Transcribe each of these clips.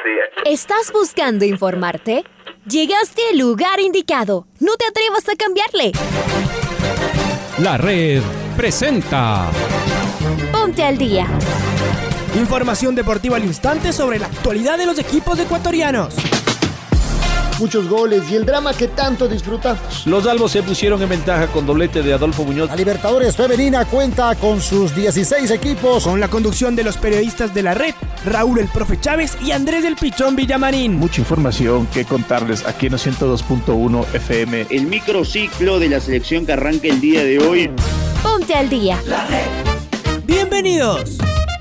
¿Estás buscando informarte? Llegaste al lugar indicado. No te atrevas a cambiarle. La Red presenta Ponte al día. Información deportiva al instante sobre la actualidad de los equipos ecuatorianos. Muchos goles y el drama que tanto disfrutamos. Los albos se pusieron en ventaja con doblete de Adolfo Muñoz. La Libertadores Femenina cuenta con sus 16 equipos. Con la conducción de los periodistas de La Red, Raúl el Profe Chávez y Andrés del Pichón Villamarín. Mucha información que contarles aquí en 102.1 FM. El microciclo de la selección que arranca el día de hoy. Ponte al día. La Red. Bienvenidos.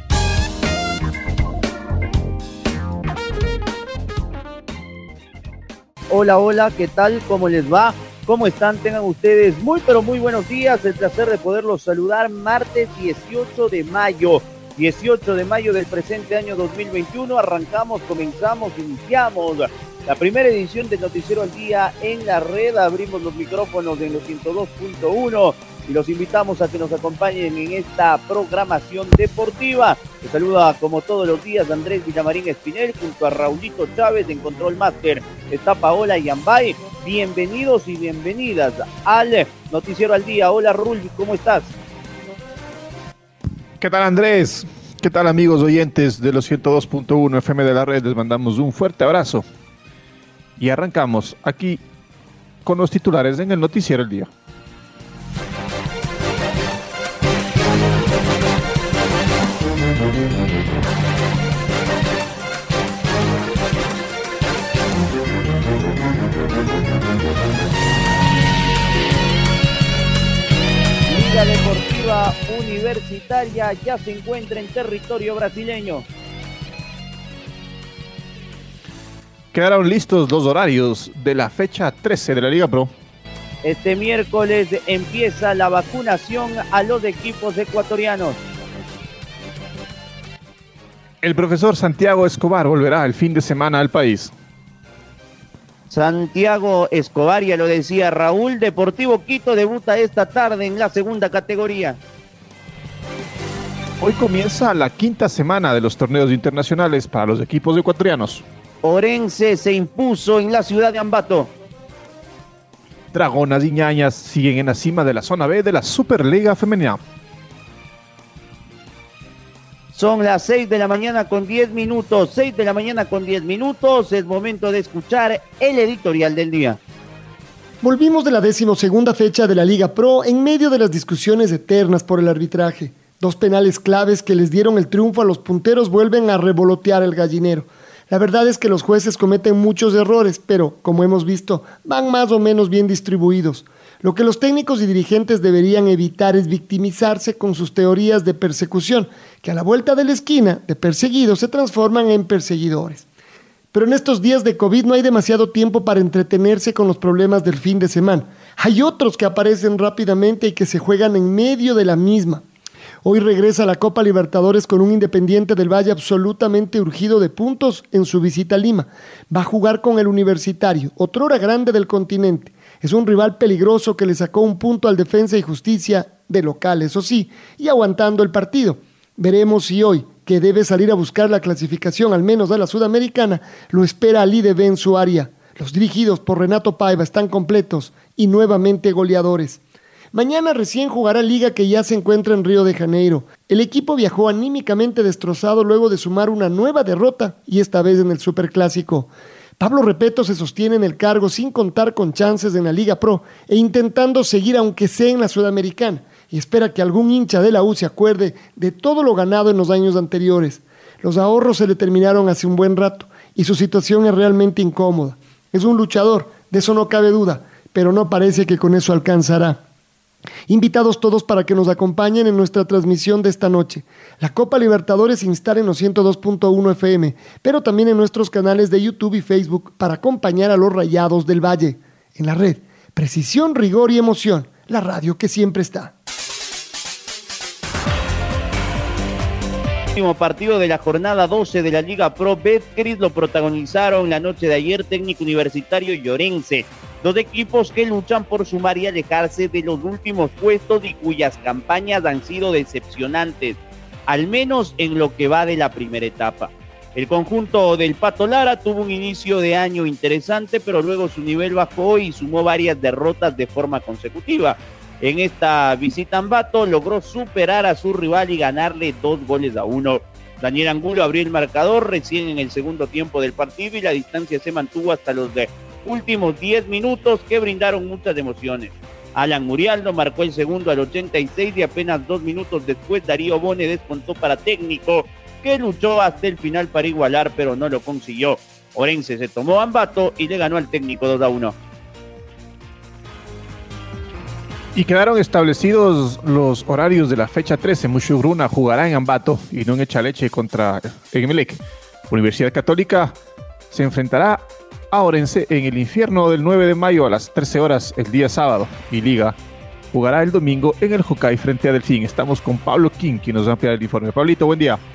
Hola, hola, ¿qué tal? ¿Cómo les va? ¿Cómo están? Tengan ustedes muy, pero muy buenos días. El placer de poderlos saludar martes 18 de mayo. 18 de mayo del presente año 2021. Arrancamos, comenzamos, iniciamos la primera edición del Noticiero al Día en La Red. Abrimos los micrófonos en los 102.1 y los invitamos a que nos acompañen en esta programación deportiva. Les saluda como todos los días Andrés Villamarín Espinel junto a Raulito Chávez en Control Master. Está Paola Yambay. Bienvenidos y bienvenidas al Noticiero al Día. Hola Raúl, ¿cómo estás? ¿Qué tal Andrés? ¿Qué tal amigos oyentes de los 102.1 FM de La Red? Les mandamos un fuerte abrazo. Y arrancamos aquí con los titulares en el Noticiero al Día. Liga Deportiva Universitaria ya se encuentra en territorio brasileño. Quedaron listos los horarios de la fecha 13 de la Liga Pro. Este miércoles empieza la vacunación a los equipos ecuatorianos. El profesor Santiago Escobar volverá el fin de semana al país. Santiago Escobar, ya lo decía Raúl, Deportivo Quito debuta esta tarde en la segunda categoría. Hoy comienza la quinta semana de los torneos internacionales para los equipos ecuatorianos. Orense se impuso en la ciudad de Ambato. Dragonas y Ñañas siguen en la cima de la zona B de la Superliga Femenina. Son las 6 de la mañana con 10 minutos. 6 de la mañana con 10 minutos. Es momento de escuchar el editorial del día. Volvimos de la 12ª fecha de la Liga Pro en medio de las discusiones eternas por el arbitraje. 2 penales claves que les dieron el triunfo a los punteros vuelven a revolotear el gallinero. La verdad es que los jueces cometen muchos errores, pero, como hemos visto, van más o menos bien distribuidos. Lo que los técnicos y dirigentes deberían evitar es victimizarse con sus teorías de persecución, que a la vuelta de la esquina, de perseguidos, se transforman en perseguidores. Pero en estos días de COVID no hay demasiado tiempo para entretenerse con los problemas del fin de semana. Hay otros que aparecen rápidamente y que se juegan en medio de la misma. Hoy regresa la Copa Libertadores con un Independiente del Valle absolutamente urgido de puntos en su visita a Lima. Va a jugar con el Universitario, otrora grande del continente. Es un rival peligroso que le sacó un punto al Defensa y Justicia de local, eso sí, y aguantando el partido. Veremos si hoy, que debe salir a buscar la clasificación al menos de la Sudamericana, lo espera al IDB en su área. Los dirigidos por Renato Paiva están completos y nuevamente goleadores. Mañana recién jugará Liga, que ya se encuentra en Río de Janeiro. El equipo viajó anímicamente destrozado luego de sumar una nueva derrota, y esta vez en el Superclásico. Pablo Repeto se sostiene en el cargo sin contar con chances en la Liga Pro e intentando seguir aunque sea en la Sudamericana, y espera que algún hincha de la U se acuerde de todo lo ganado en los años anteriores. Los ahorros se le terminaron hace un buen rato y su situación es realmente incómoda. Es un luchador, de eso no cabe duda, pero no parece que con eso alcanzará. Invitados todos para que nos acompañen en nuestra transmisión de esta noche. La Copa Libertadores se instala en los 102.1 FM, pero también en nuestros canales de YouTube y Facebook para acompañar a los Rayados del Valle. En La Red, precisión, rigor y emoción, la radio que siempre está. Último partido de la jornada 12 de la Liga Pro Betcris lo protagonizaron la noche de ayer Técnico Universitario y Orense. 2 equipos que luchan por sumar y alejarse de los últimos puestos y cuyas campañas han sido decepcionantes, al menos en lo que va de la primera etapa. El conjunto del Pato Lara tuvo un inicio de año interesante, pero luego su nivel bajó y sumó varias derrotas de forma consecutiva. En esta visita a Ambato logró superar a su rival y ganarle 2-1. Daniel Angulo abrió el marcador recién en el segundo tiempo del partido y la distancia se mantuvo hasta los últimos 10 minutos que brindaron muchas emociones. Alan Murialdo marcó el segundo al 86 y apenas 2 minutos después Darío Bone descontó para Técnico, que luchó hasta el final para igualar, pero no lo consiguió. Orense se tomó a Ambato y le ganó al Técnico 2-1. Y quedaron establecidos los horarios de la fecha 13. Muchugruna jugará en Ambato y no en Echaleche contra Emelec. Universidad Católica se enfrentará a Orense en el Infierno del 9 de mayo a las 13 horas el día sábado. Y Liga jugará el domingo en el Jocay frente a Delfín. Estamos con Pablo King, quien nos va a ampliar el informe. Pablito, buen día.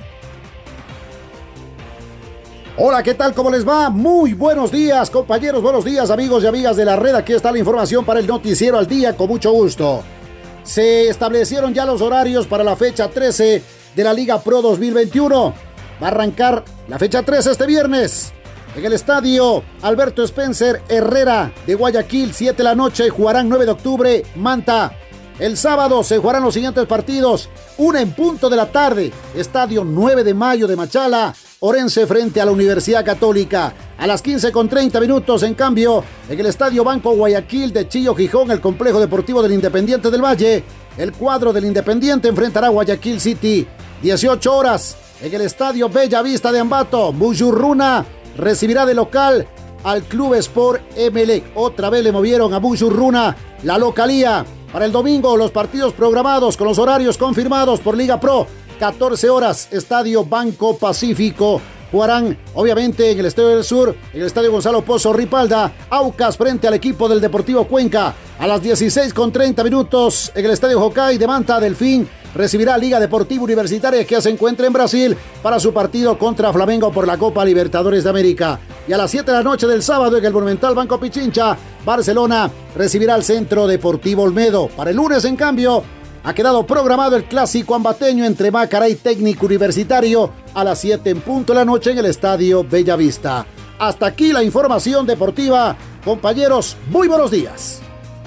Hola, ¿qué tal? ¿Cómo les va? Muy buenos días, compañeros, buenos días, amigos y amigas de la red. Aquí está la información para el Noticiero al Día, con mucho gusto. Se establecieron ya los horarios para la fecha 13 de la Liga Pro 2021. Va a arrancar la fecha 13 este viernes. En el estadio Alberto Spencer Herrera de Guayaquil, 7 de la noche, jugarán 9 de octubre, Manta. El sábado se jugarán los siguientes partidos. 1 en punto de la tarde, estadio 9 de mayo de Machala, Orense frente a la Universidad Católica. A las 15:30, en cambio, en el Estadio Banco Guayaquil de Chillo Gijón, el complejo deportivo del Independiente del Valle, el cuadro del Independiente enfrentará a Guayaquil City. 18 horas, en el Estadio Bella Vista de Ambato, Muchugruna recibirá de local al Club Sport Emelec. Otra vez le movieron a Muchugruna la localía. Para el domingo, los partidos programados con los horarios confirmados por Liga Pro. 14 horas, Estadio Banco Pacífico. Jugarán, obviamente, en el Estadio del Sur, en el Estadio Gonzalo Pozo Ripalda, Aucas frente al equipo del Deportivo Cuenca. A las 16:30, en el Estadio Jocay de Manta, Delfín recibirá Liga Deportiva Universitaria, que se encuentra en Brasil, para su partido contra Flamengo por la Copa Libertadores de América. Y a las 7 de la noche del sábado, en el Monumental Banco Pichincha, Barcelona recibirá al Centro Deportivo Olmedo. Para el lunes, en cambio, ha quedado programado el clásico ambateño entre Macará y Técnico Universitario a las 7 en punto de la noche en el Estadio Bellavista. Hasta aquí la información deportiva. Compañeros, muy buenos días.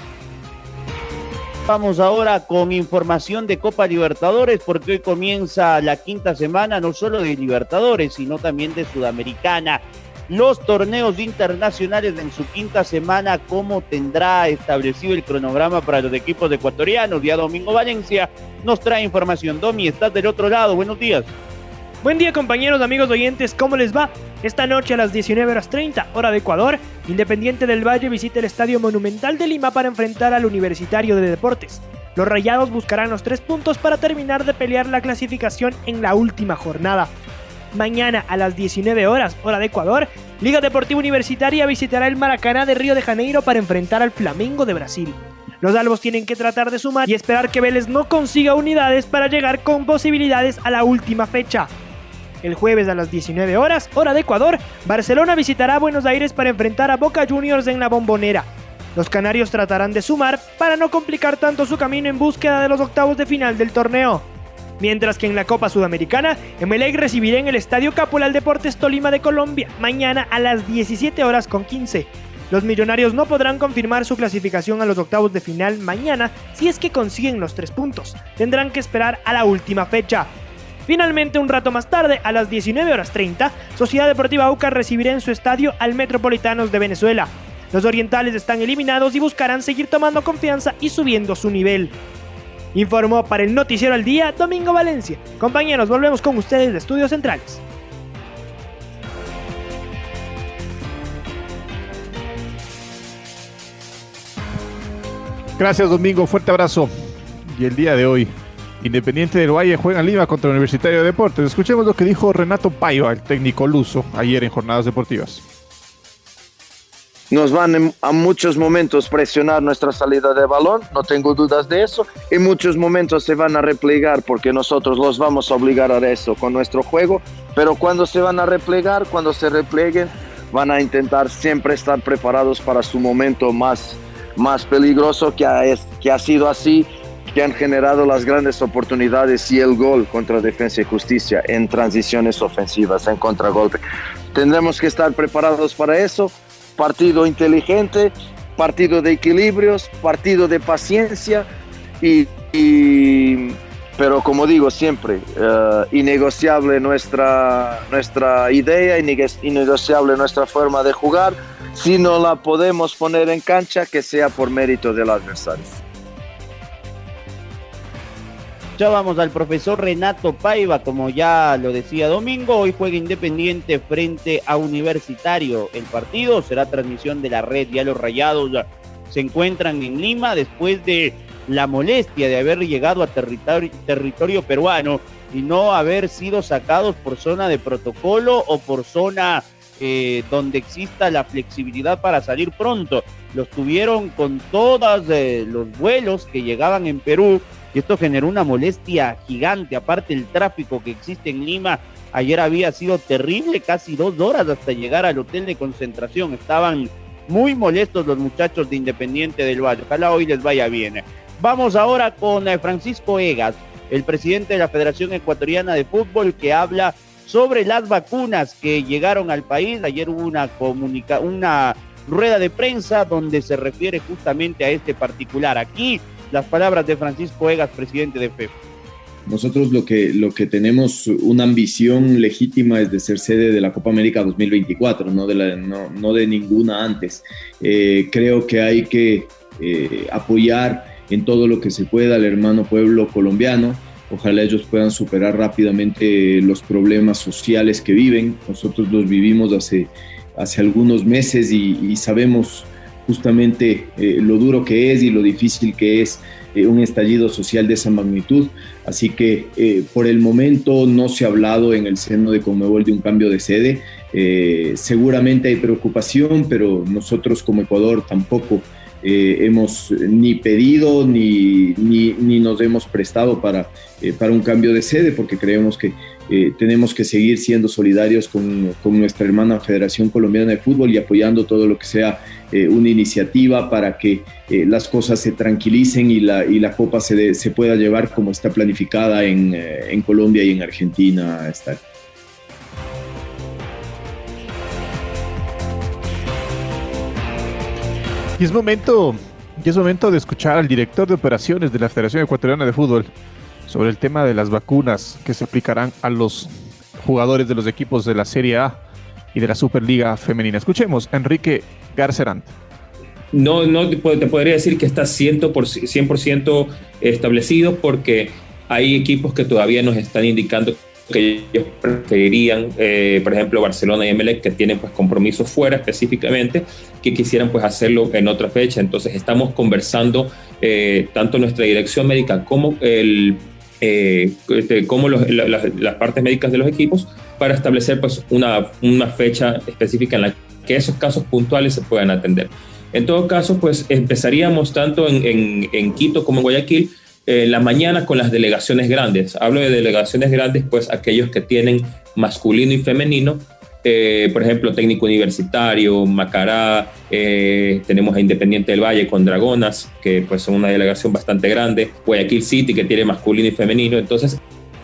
Vamos ahora con información de Copa Libertadores, porque hoy comienza la quinta semana no solo de Libertadores, sino también de Sudamericana. Los torneos internacionales en su quinta semana, cómo tendrá establecido el cronograma para los equipos ecuatorianos. Día Domingo Valencia nos trae información. Domi, estás del otro lado, buenos días. Buen día, compañeros, amigos oyentes, ¿cómo les va? Esta noche a las 19:30, hora de Ecuador, Independiente del Valle visita el Estadio Monumental de Lima para enfrentar al Universitario de Deportes. Los Rayados buscarán los 3 puntos para terminar de pelear la clasificación en la última jornada. Mañana a las 19 horas, hora de Ecuador, Liga Deportiva Universitaria visitará el Maracaná de Río de Janeiro para enfrentar al Flamengo de Brasil. Los albos tienen que tratar de sumar y esperar que Vélez no consiga unidades para llegar con posibilidades a la última fecha. El jueves a las 19 horas, hora de Ecuador, Barcelona visitará Buenos Aires para enfrentar a Boca Juniors en la Bombonera. Los canarios tratarán de sumar para no complicar tanto su camino en búsqueda de los octavos de final del torneo. Mientras que en la Copa Sudamericana, Emelec recibirá en el Estadio Caporal Deportes Tolima de Colombia mañana a las 17:15. Los millonarios no podrán confirmar su clasificación a los octavos de final mañana si es que consiguen los 3 puntos. Tendrán que esperar a la última fecha. Finalmente, un rato más tarde, a las 19:30, Sociedad Deportiva Aucas recibirá en su estadio al Metropolitanos de Venezuela. Los orientales están eliminados y buscarán seguir tomando confianza y subiendo su nivel. Informó para el Noticiero al Día, Domingo Valencia. Compañeros, volvemos con ustedes de Estudios Centrales. Gracias, Domingo. Fuerte abrazo. Y el día de hoy, Independiente del Valle juega en Lima contra el Universitario de Deportes. Escuchemos lo que dijo Renato Paiva, el técnico luso, ayer en Jornadas Deportivas. Nos van a muchos momentos presionar nuestra salida de balón, no tengo dudas de eso. En muchos momentos se van a replegar porque nosotros los vamos a obligar a eso con nuestro juego. Pero cuando se van a replegar, cuando se repleguen, van a intentar siempre estar preparados para su momento más peligroso, que ha sido así que han generado las grandes oportunidades y el gol contra Defensa y Justicia en transiciones ofensivas, en contragolpe. Tendremos que estar preparados para eso. Partido inteligente, partido de equilibrios, partido de paciencia pero como digo siempre, innegociable nuestra idea, innegociable nuestra forma de jugar. Si no la podemos poner en cancha, que sea por mérito del adversario. Ya vamos al profesor Renato Paiva, como ya lo decía Domingo, hoy juega Independiente frente a Universitario. El partido será transmisión de la red, ya los Rayados se encuentran en Lima después de la molestia de haber llegado a territorio peruano y no haber sido sacados por zona de protocolo o por zona donde exista la flexibilidad para salir pronto. Los tuvieron con todos los vuelos que llegaban en Perú y esto generó una molestia gigante. Aparte, el tráfico que existe en Lima ayer había sido terrible, casi 2 horas hasta llegar al hotel de concentración. Estaban muy molestos los muchachos de Independiente del Valle. Ojalá hoy les vaya bien. Vamos ahora con Francisco Egas, el presidente de la Federación Ecuatoriana de Fútbol, que habla sobre las vacunas que llegaron al país. Ayer hubo una rueda de prensa donde se refiere justamente a este particular. Aquí las palabras de Francisco Egas, presidente de FEF. Nosotros lo que tenemos una ambición legítima es de ser sede de la Copa América 2024, no de ninguna antes. Creo que hay que apoyar en todo lo que se pueda al hermano pueblo colombiano. Ojalá ellos puedan superar rápidamente los problemas sociales que viven. Nosotros los vivimos hace algunos meses y sabemos justamente lo duro que es y lo difícil que es un estallido social de esa magnitud. Así que por el momento no se ha hablado en el seno de Conmebol de un cambio de sede. Seguramente hay preocupación, pero nosotros como Ecuador tampoco hemos ni pedido ni nos hemos prestado para un cambio de sede, porque creemos que tenemos que seguir siendo solidarios con nuestra hermana Federación Colombiana de Fútbol y apoyando todo lo que sea una iniciativa para que las cosas se tranquilicen y la Copa se pueda llevar como está planificada en Colombia y en Argentina. Y es momento de escuchar al director de operaciones de la Federación Ecuatoriana de Fútbol sobre el tema de las vacunas que se aplicarán a los jugadores de los equipos de la Serie A y de la Superliga Femenina. Escuchemos a Enrique Garcerant. No te podría decir que está 100% establecido, porque hay equipos que todavía nos están indicando que ellos preferirían, por ejemplo Barcelona y Emelec, que tienen pues compromisos fuera específicamente, que quisieran pues hacerlo en otra fecha. Entonces estamos conversando tanto nuestra dirección médica como las partes médicas de los equipos para establecer pues una fecha específica en la que esos casos puntuales se puedan atender. En todo caso, pues empezaríamos tanto en Quito como en Guayaquil la mañana con las delegaciones grandes. Hablo de delegaciones grandes, pues aquellos que tienen masculino y femenino. Por ejemplo, Técnico Universitario, Macará, tenemos a Independiente del Valle con Dragonas, que pues son una delegación bastante grande. Guayaquil City, que tiene masculino y femenino. Entonces,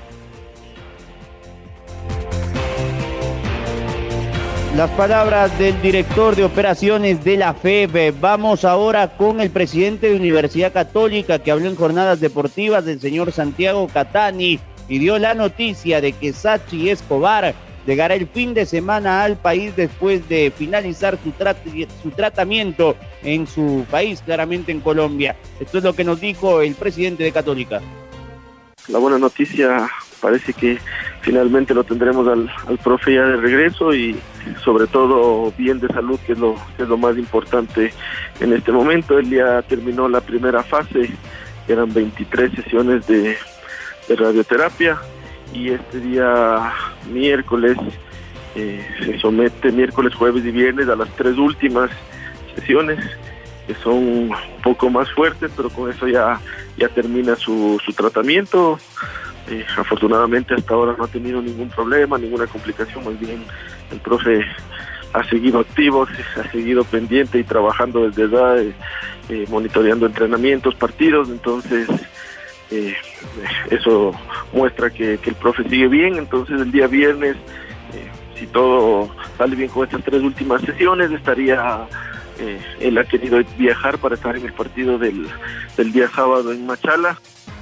las palabras del director de operaciones de la FEB. Vamos ahora con el presidente de Universidad Católica, que habló en jornadas deportivas, del señor Santiago Catani, y dio la noticia de que Sachi Escobar llegará el fin de semana al país después de finalizar su tratamiento en su país, claramente en Colombia. Esto es lo que nos dijo el presidente de Católica. La buena noticia, parece que finalmente lo tendremos al profe ya de regreso y sobre todo bien de salud, que es lo más importante en este momento. Él ya terminó la primera fase, eran 23 sesiones de radioterapia, y este día miércoles se somete, miércoles, jueves y viernes, a las 3 últimas sesiones, que son un poco más fuertes, pero con eso ya termina su tratamiento. Afortunadamente hasta ahora no ha tenido ningún problema, ninguna complicación. Más bien el profe ha seguido activo, ha seguido pendiente y trabajando desde edad, monitoreando entrenamientos, partidos. Entonces eso muestra que el profe sigue bien. Entonces el día viernes, si todo sale bien con estas 3 últimas sesiones, él ha querido viajar para estar en el partido del día sábado en Machala.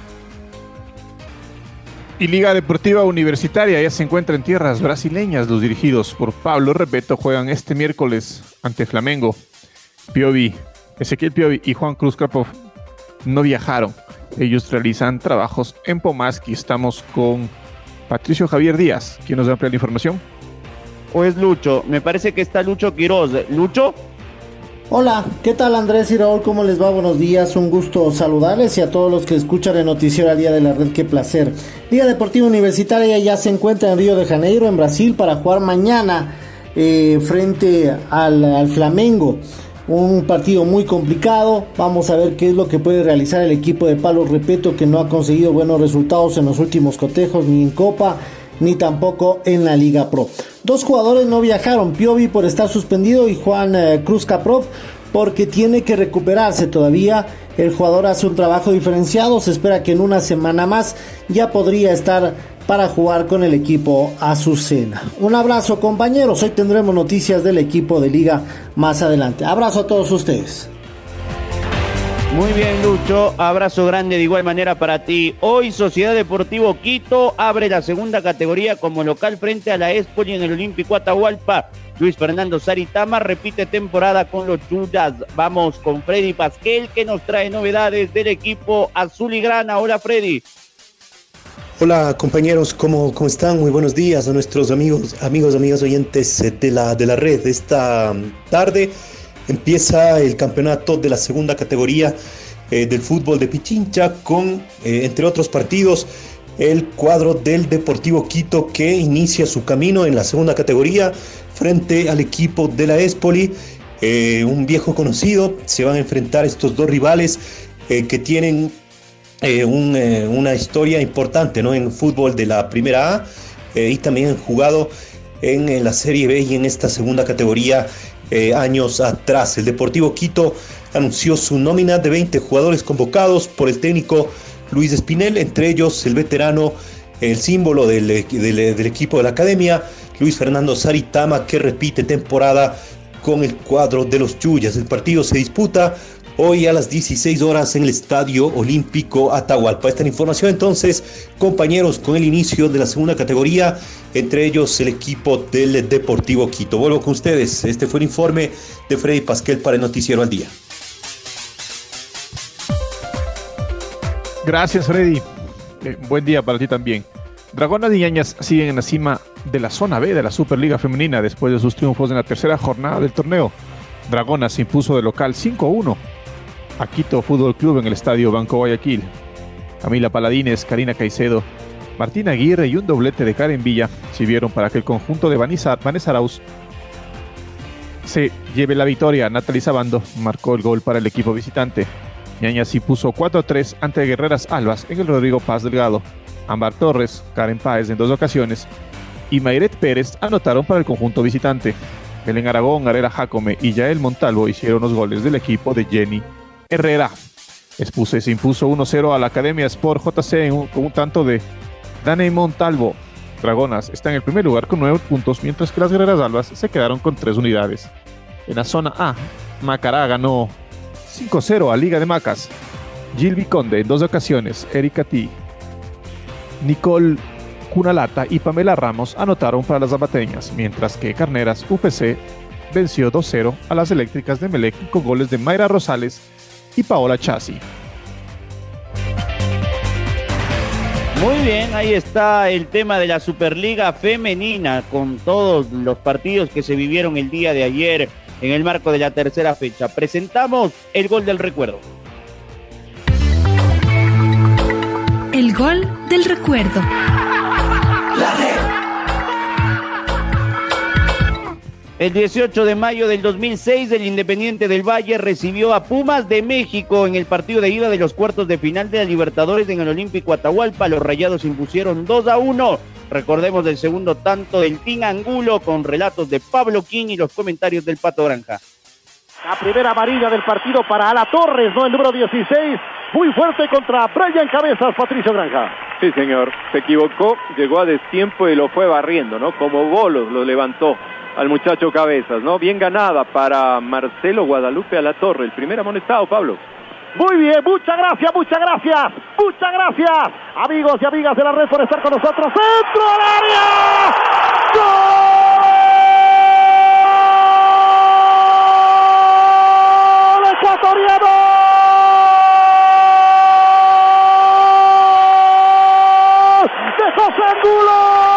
Y Liga Deportiva Universitaria ya se encuentra en tierras brasileñas. Los dirigidos por Pablo Repeto juegan este miércoles ante Flamengo. Ezequiel Piovi y Juan Cruz Krapov no viajaron. Ellos realizan trabajos en Pomaski. Estamos con Patricio Javier Díaz, quien nos amplía la información. ¿O es Lucho? Me parece que está Lucho Quiroz. ¿Lucho? Hola, ¿qué tal Andrés y Raúl? ¿Cómo les va? Buenos días, un gusto saludarles y a todos los que escuchan el noticiero al día de la red, qué placer. Liga Deportiva Universitaria ya se encuentra en Río de Janeiro, en Brasil, para jugar mañana frente al Flamengo. Un partido muy complicado. Vamos a ver qué es lo que puede realizar el equipo de Pablo Repeto, que no ha conseguido buenos resultados en los últimos cotejos, ni en Copa, ni tampoco en la Liga Pro. 2 jugadores no viajaron, Piovi por estar suspendido y Juan Cruz Kaprov porque tiene que recuperarse todavía. El jugador hace un trabajo diferenciado, se espera que en una semana más ya podría estar para jugar con el equipo Azucena. Un abrazo compañeros, hoy tendremos noticias del equipo de Liga más adelante. Abrazo a todos ustedes. Muy bien, Lucho, abrazo grande de igual manera para ti. Hoy Sociedad Deportivo Quito abre la segunda categoría como local frente a la Espoli en el Olímpico Atahualpa. Luis Fernando Saritama repite temporada con los Chuyas. Vamos con Freddy Pasquel, que nos trae novedades del equipo azul y grana. Hola, Freddy. Hola compañeros, ¿cómo están? Muy buenos días a nuestros amigas oyentes de la red. Esta tarde empieza el campeonato de la segunda categoría del fútbol de Pichincha con, entre otros partidos, el cuadro del Deportivo Quito, que inicia su camino en la segunda categoría frente al equipo de la Espoli, un viejo conocido. Se van a enfrentar estos 2 rivales que tienen una historia importante, ¿no?, en fútbol de la Primera A y también han jugado en la Serie B y en esta segunda categoría años atrás. El Deportivo Quito anunció su nómina de 20 jugadores convocados por el técnico Luis Espinel, entre ellos el veterano, el símbolo del equipo de la academia, Luis Fernando Saritama, que repite temporada con el cuadro de los Chuyas. El partido se disputa hoy a las 16 horas en el Estadio Olímpico Atahualpa. Esta es la información entonces, compañeros, con el inicio de la segunda categoría, entre ellos el equipo del Deportivo Quito. Vuelvo con ustedes. Este fue el informe de Freddy Pasquel para el Noticiero al Día. Gracias, Freddy. Buen día para ti también. Dragonas y Ñañas siguen en la cima de la zona B de la Superliga Femenina después de sus triunfos en la tercera jornada del torneo. Dragonas se impuso de local 5-1 a Quito Fútbol Club en el Estadio Banco Guayaquil. Camila Paladines, Karina Caicedo, Martina Aguirre y un doblete de Karen Villa sirvieron para que el conjunto de Vanessa Arauz se lleve la victoria. Natalie Sabando marcó el gol para el equipo visitante. Ñañas impuso 4-3 ante Guerreras Albas en el Rodrigo Paz Delgado. Ámbar Torres, Karen Páez en 2 ocasiones y Mayret Pérez anotaron para el conjunto visitante. Belén Aragón, Arela Jacome y Yael Montalvo hicieron los goles del equipo de Jenny Herrera. Espuse se impuso 1-0 a la Academia Sport JC con un tanto de Daney Montalvo. Dragonas está en el primer lugar con 9 puntos, mientras que las Guerreras Albas se quedaron con 3 unidades. En la zona A, Macará ganó 5-0 a Liga de Macas. Gilby Conde en 2 ocasiones, Erika T, Nicole Cunalata y Pamela Ramos anotaron para las zapateñas, mientras que Carneras UPC venció 2-0 a las Eléctricas de Melec con goles de Mayra Rosales y Paola Chassi. Muy bien, ahí está el tema de la Superliga Femenina con todos los partidos que se vivieron el día de ayer en el marco de la tercera fecha. Presentamos el gol del recuerdo. El gol del recuerdo. El 18 de mayo del 2006, el Independiente del Valle recibió a Pumas de México en el partido de ida de los cuartos de final de la Libertadores en el Olímpico Atahualpa. Los Rayados impusieron 2-1. Recordemos el segundo tanto del Team Angulo con relatos de Pablo King y los comentarios del Pato Granja. La primera amarilla del partido para Ala Torres, ¿no? El número 16, muy fuerte contra Brian Cabezas, Patricio Granja. Sí, señor, se equivocó, llegó a destiempo y lo fue barriendo, ¿no? Como bolos lo levantó al muchacho Cabezas, ¿no? Bien ganada para Marcelo Guadalupe Alatorre, el primer amonestado, Pablo. Muy bien, muchas gracias, muchas gracias, muchas gracias, amigos y amigas de la red por estar con nosotros. ¡Centro al área! ¡Gol ecuatoriano! ¡De José Angulo!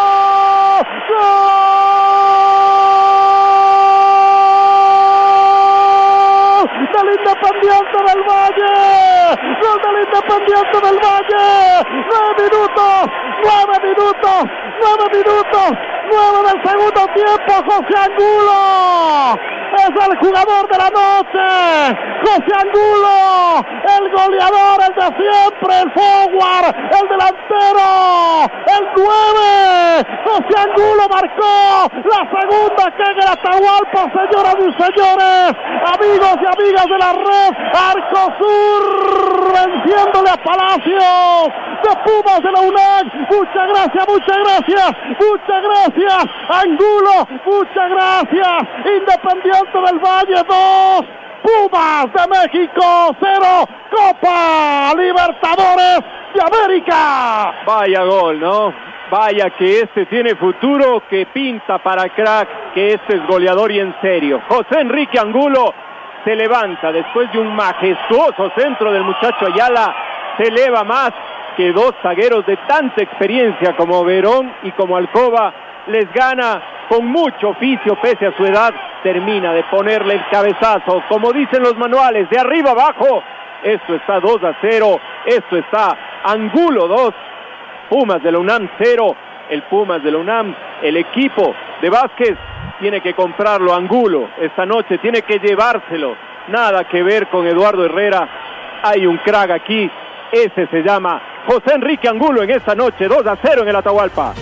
¡Gol del Independiente del Valle! ¡Gol del Independiente del Valle! 9 minutos, 9 minutos, 9 minutos, 9 del segundo tiempo, José Angulo es el jugador de la noche, José Angulo, el goleador, el de siempre, el forward, el delantero, el 9, José Angulo marcó la segunda que en el Atahualpa, señoras y señores, amigos y amigas de la red, Arcosur venciéndole a Palacios de Pumas de la UNAM. Muchas gracias, muchas gracias, muchas gracias, Angulo, muchas gracias, Independiente del Valle 2, Pumas de México 0, Copa Libertadores de América. Vaya gol, ¿no? Vaya que este tiene futuro, que pinta para crack, que este es goleador y en serio. José Enrique Angulo se levanta después de un majestuoso centro del muchacho Ayala, se eleva más que dos zagueros de tanta experiencia como Verón y como Alcoba, les gana con mucho oficio pese a su edad, termina de ponerle el cabezazo, como dicen los manuales, de arriba abajo. Esto está 2-0, esto está Angulo 2, Pumas de la UNAM 0, el Pumas de la UNAM, el equipo de Vázquez tiene que comprarlo Angulo esta noche, tiene que llevárselo, nada que ver con Eduardo Herrera, hay un crack aquí, ese se llama José Enrique Angulo en esta noche, 2-0 en el Atahualpa.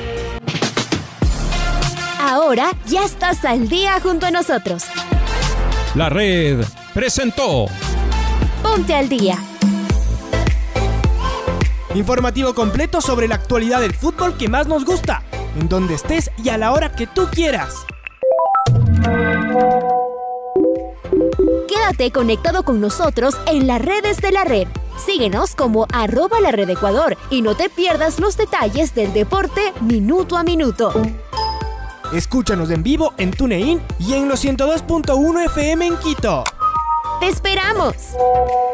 Ahora ya estás al día junto a nosotros. La Red presentó Ponte al Día. Informativo completo sobre la actualidad del fútbol que más nos gusta, en donde estés y a la hora que tú quieras. Quédate conectado con nosotros en las redes de la red. Síguenos como @LaRedEcuador y no te pierdas los detalles del deporte minuto a minuto. Escúchanos en vivo en TuneIn y en los 102.1 FM en Quito. ¡Te esperamos!